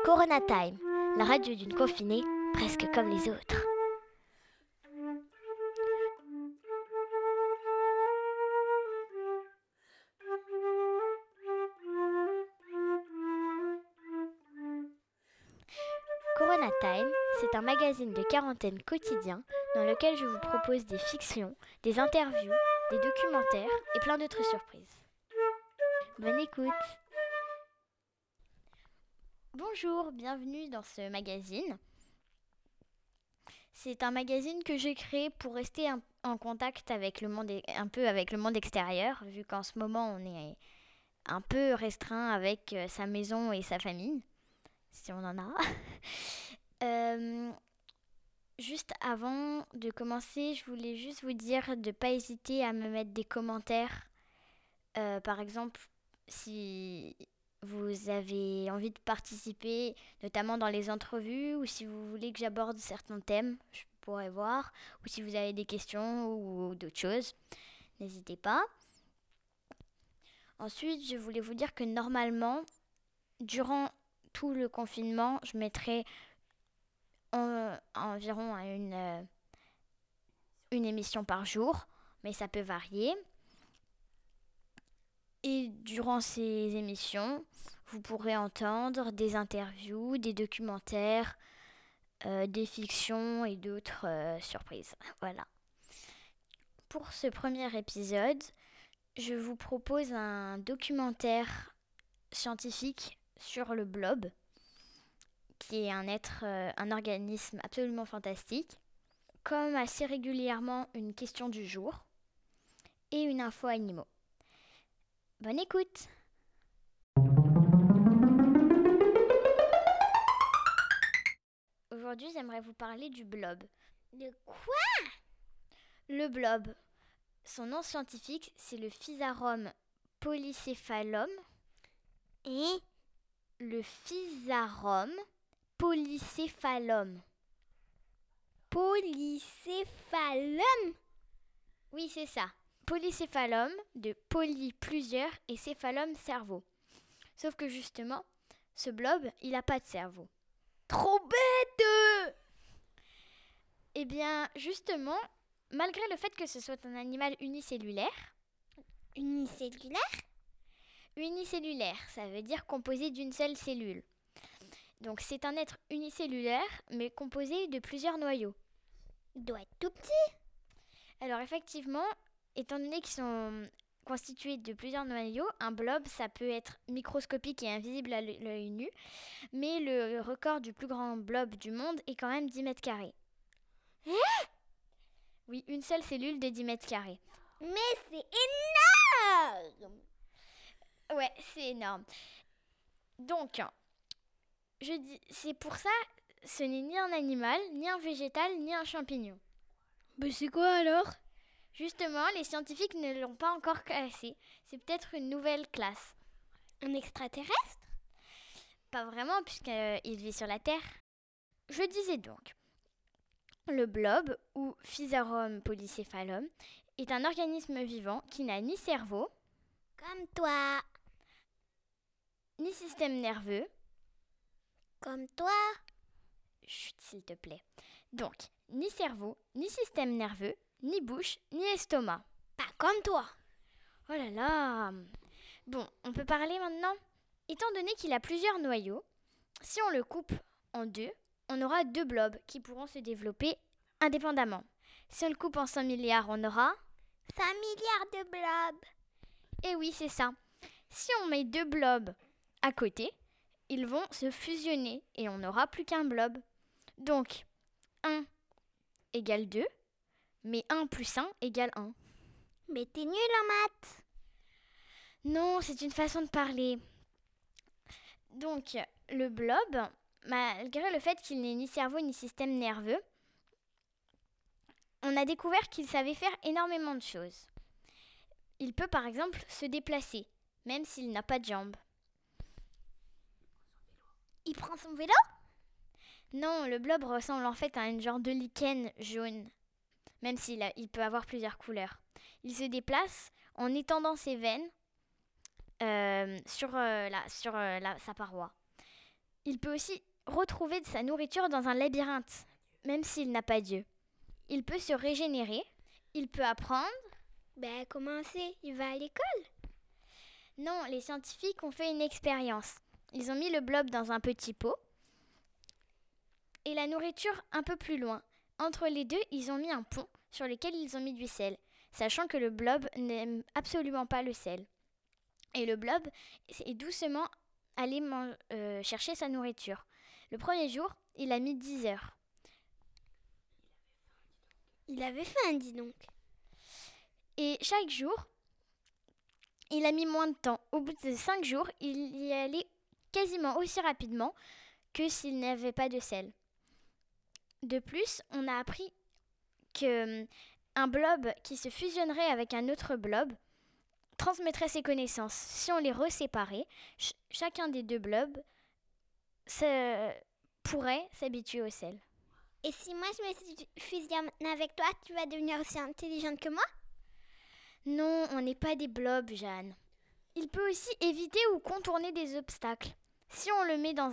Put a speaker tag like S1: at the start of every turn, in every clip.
S1: Corona Time, la radio d'une confinée presque comme les autres. Corona Time, c'est un magazine de quarantaine quotidien dans lequel je vous propose des fictions, des interviews, des documentaires et plein d'autres surprises. Bonne écoute! Bonjour, bienvenue dans ce magazine. C'est un magazine que j'ai créé pour rester en contact avec le monde, un peu avec le monde extérieur, vu qu'en ce moment on est un peu restreint avec sa maison et sa famille, si on en a. Juste avant de commencer, je voulais juste vous dire de ne pas hésiter à me mettre des commentaires. Par exemple, si vous avez envie de participer, notamment dans les entrevues, ou si vous voulez que j'aborde certains thèmes, je pourrais voir, ou si vous avez des questions ou d'autres choses, n'hésitez pas. Ensuite, je voulais vous dire que normalement, durant tout le confinement, je mettrai environ une émission par jour, mais ça peut varier. Et durant ces émissions, vous pourrez entendre des interviews, des documentaires, des fictions et d'autres surprises. Voilà. Pour ce premier épisode, je vous propose un documentaire scientifique sur le blob, qui est un organisme absolument fantastique, comme assez régulièrement une question du jour et une info animaux. Bonne écoute! Aujourd'hui, j'aimerais vous parler du blob.
S2: De quoi?
S1: Le blob, son nom scientifique, c'est le Physarum polycephalum.
S2: Et
S1: Le Physarum polycephalum.
S2: polycéphalum?
S1: Oui, c'est ça. Polycéphalum, de poly plusieurs et céphalum cerveau. Sauf que justement, ce blob, il n'a pas de cerveau.
S2: Trop bête!
S1: Eh bien, justement, malgré le fait que ce soit un animal unicellulaire,
S2: Unicellulaire,
S1: ça veut dire composé d'une seule cellule. Donc c'est un être unicellulaire, mais composé de plusieurs noyaux.
S2: il doit être tout petit.
S1: Alors effectivement, étant donné qu'ils sont constitués de plusieurs noyaux, un blob, ça peut être microscopique et invisible à l'œil nu, mais le record du plus grand blob du monde est quand même 10 mètres carrés. Oui, une seule cellule de 10 mètres carrés.
S2: Mais c'est énorme!
S1: Ouais, c'est énorme. Donc, c'est pour ça, ce n'est ni un animal, ni un végétal, ni un champignon.
S2: Mais c'est quoi alors?
S1: Justement, les scientifiques ne l'ont pas encore classé. C'est peut-être une nouvelle classe.
S2: Un extraterrestre?
S1: Pas vraiment, puisqu'il vit sur la Terre. Je disais donc, le blob, ou Physarum polycephalum, est un organisme vivant qui n'a ni cerveau,
S2: Comme toi.
S1: ni système nerveux.
S2: Comme toi.
S1: Chut, s'il te plaît. Donc, ni cerveau, ni système nerveux, ni bouche, ni estomac.
S2: Pas comme toi.
S1: Oh là là! Bon, on peut parler maintenant? Étant donné qu'il a plusieurs noyaux, si on le coupe en deux, on aura deux blobs qui pourront se développer indépendamment. Si on le coupe en 100 milliards, on aura
S2: 5 milliards de blobs.
S1: Eh oui, c'est ça. Si on met deux blobs à côté, ils vont se fusionner et on n'aura plus qu'un blob. Donc, 1 égale 2, mais 1 plus 1 égale 1.
S2: Mais t'es nul en maths.
S1: Non, c'est une façon de parler. Donc, le blob, malgré le fait qu'il n'ait ni cerveau ni système nerveux, on a découvert qu'il savait faire énormément de choses. Il peut par exemple se déplacer, même s'il n'a pas de jambes.
S2: Il prend son vélo?
S1: Non, le blob ressemble en fait à une genre de lichen jaune, même il peut avoir plusieurs couleurs. Il se déplace en étendant ses veines sur sa paroi. Il peut aussi retrouver de sa nourriture dans un labyrinthe, même s'il n'a pas d'yeux. Il peut se régénérer, il peut apprendre.
S2: Ben, comment c'est? Il va à l'école?
S1: Non, les scientifiques ont fait une expérience. Ils ont mis le blob dans un petit pot et la nourriture un peu plus loin. Entre les deux, ils ont mis un pont sur lequel ils ont mis du sel, sachant que le blob n'aime absolument pas le sel. Et le blob est doucement allé chercher sa nourriture. Le premier jour, il a mis 10 heures.
S2: Il avait faim, dis donc.
S1: Et chaque jour, il a mis moins de temps. Au bout de 5 jours, il y allait quasiment aussi rapidement que s'il n'avait pas de sel. De plus, on a appris qu'un blob qui se fusionnerait avec un autre blob transmettrait ses connaissances. Si on les reséparait, chacun des deux blobs pourrait s'habituer au sel.
S2: Et si moi je me fusionne avec toi, tu vas devenir aussi intelligente que moi?
S1: Non, on n'est pas des blobs, Jeanne. Il peut aussi éviter ou contourner des obstacles. Si on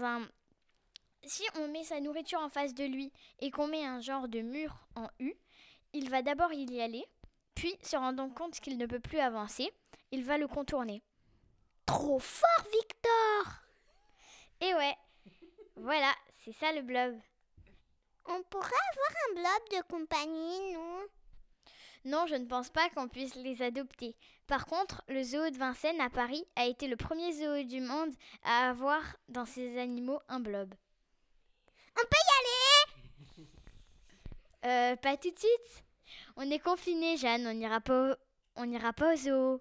S1: met sa nourriture en face de lui et qu'on met un genre de mur en U, il va d'abord y aller, puis, se rendant compte qu'il ne peut plus avancer, il va le contourner.
S2: Trop fort, Victor!
S1: Et ouais, voilà, c'est ça le blob.
S2: On pourrait avoir un blob de compagnie, nous?
S1: Non, je ne pense pas qu'on puisse les adopter. Par contre, le zoo de Vincennes à Paris a été le premier zoo du monde à avoir dans ses animaux un blob.
S2: On peut y aller?
S1: Pas tout de suite. On est confinés, Jeanne, on n'ira pas au zoo.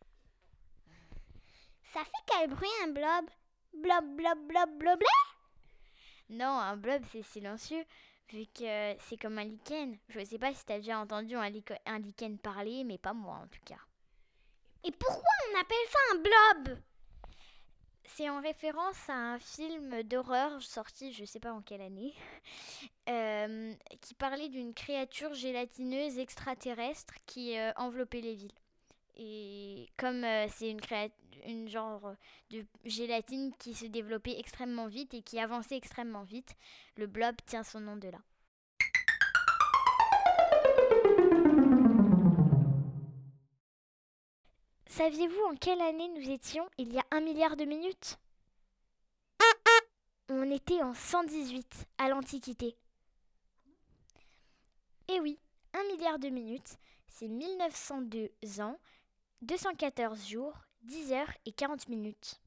S2: Ça fait quel bruit un blob? Blob, blob, blob, blob, blob?
S1: Non, un blob c'est silencieux, vu que c'est comme un lichen. Je ne sais pas si tu as déjà entendu un lichen parler, mais pas moi en tout cas.
S2: Et pourquoi on appelle ça un blob?
S1: C'est en référence à un film d'horreur sorti, je ne sais pas en quelle année, qui parlait d'une créature gélatineuse extraterrestre qui enveloppait les villes. Et comme c'est une genre de gélatine qui se développait extrêmement vite et qui avançait extrêmement vite, le blob tient son nom de là. Saviez-vous en quelle année nous étions il y a 1 milliard de minutes? On était en 118 à l'Antiquité. Et oui, 1 milliard de minutes, c'est 1902 ans, 214 jours, 10 heures et 40 minutes.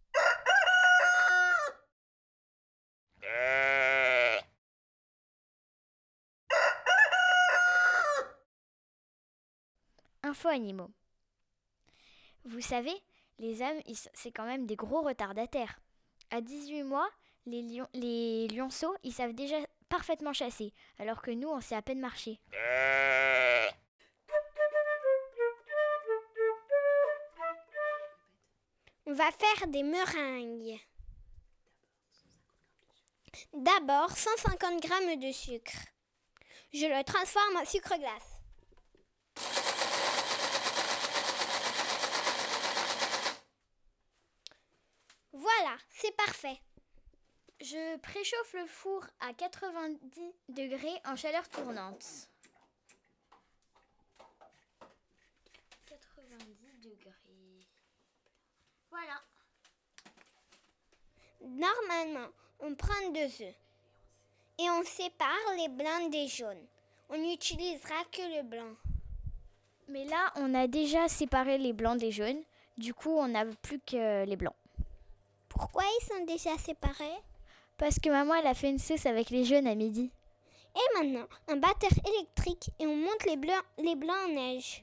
S1: Info animaux. Vous savez, les hommes, c'est quand même des gros retardataires. À 18 mois, les lionceaux, ils savent déjà parfaitement chasser, alors que nous, on sait à peine marcher.
S2: On va faire des meringues. D'abord, 150 g de sucre. Je le transforme en sucre glace. Voilà, c'est parfait.
S1: Je préchauffe le four à 90 degrés en chaleur tournante. 90 degrés. Voilà.
S2: Normalement, on prend 2 œufs et on sépare les blancs des jaunes. On n'utilisera que le blanc.
S1: Mais là, on a déjà séparé les blancs des jaunes. Du coup, on n'a plus que les blancs.
S2: Pourquoi ils sont déjà séparés?
S1: Parce que maman, elle a fait une sauce avec les jaunes à midi.
S2: Et maintenant, un batteur électrique et on monte les blancs en neige.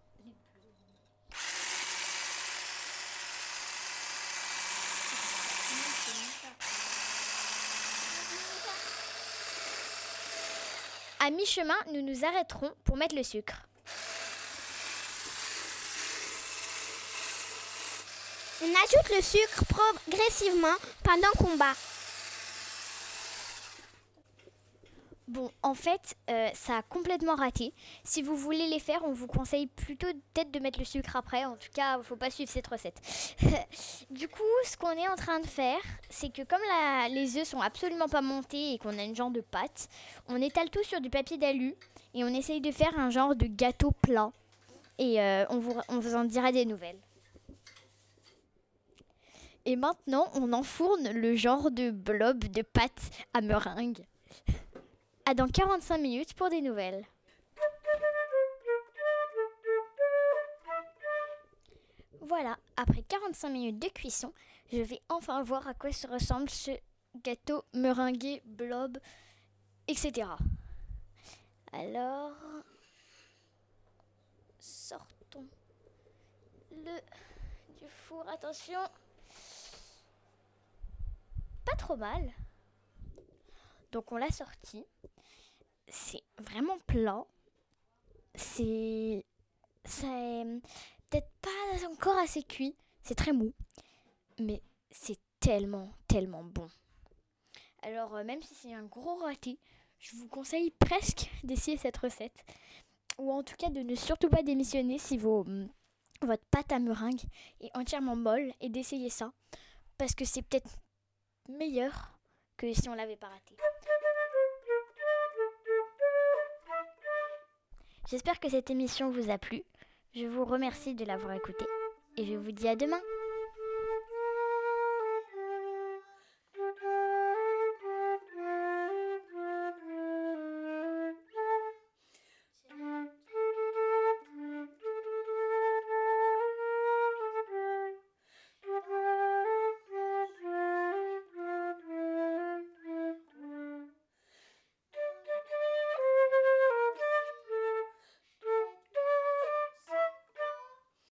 S1: À mi-chemin, nous nous arrêterons pour mettre le sucre.
S2: On ajoute le sucre progressivement pendant qu'on bat.
S1: Bon, en fait, ça a complètement raté. Si vous voulez les faire, on vous conseille plutôt peut-être de mettre le sucre après. En tout cas, il ne faut pas suivre cette recette. Du coup, ce qu'on est en train de faire, c'est que comme les œufs sont absolument pas montés et qu'on a une genre de pâte, on étale tout sur du papier d'alu et on essaye de faire un genre de gâteau plat. Et on vous en dira des nouvelles. Et maintenant, on enfourne le genre de blob de pâte à meringue. À dans 45 minutes pour des nouvelles. Voilà, après 45 minutes de cuisson, je vais enfin voir à quoi se ressemble ce gâteau meringué, blob, etc. Alors, sortons le du four. Attention, pas trop mal. Donc on l'a sorti. C'est vraiment plat. C'est peut-être pas encore assez cuit. C'est très mou, mais c'est tellement, tellement bon. Alors même si c'est un gros raté, je vous conseille presque d'essayer cette recette. Ou en tout cas de ne surtout pas démissionner si votre pâte à meringue est entièrement molle et d'essayer ça. Parce que c'est peut-être meilleur que si on l'avait pas raté. J'espère que cette émission vous a plu. Je vous remercie de l'avoir écoutée et je vous dis à demain.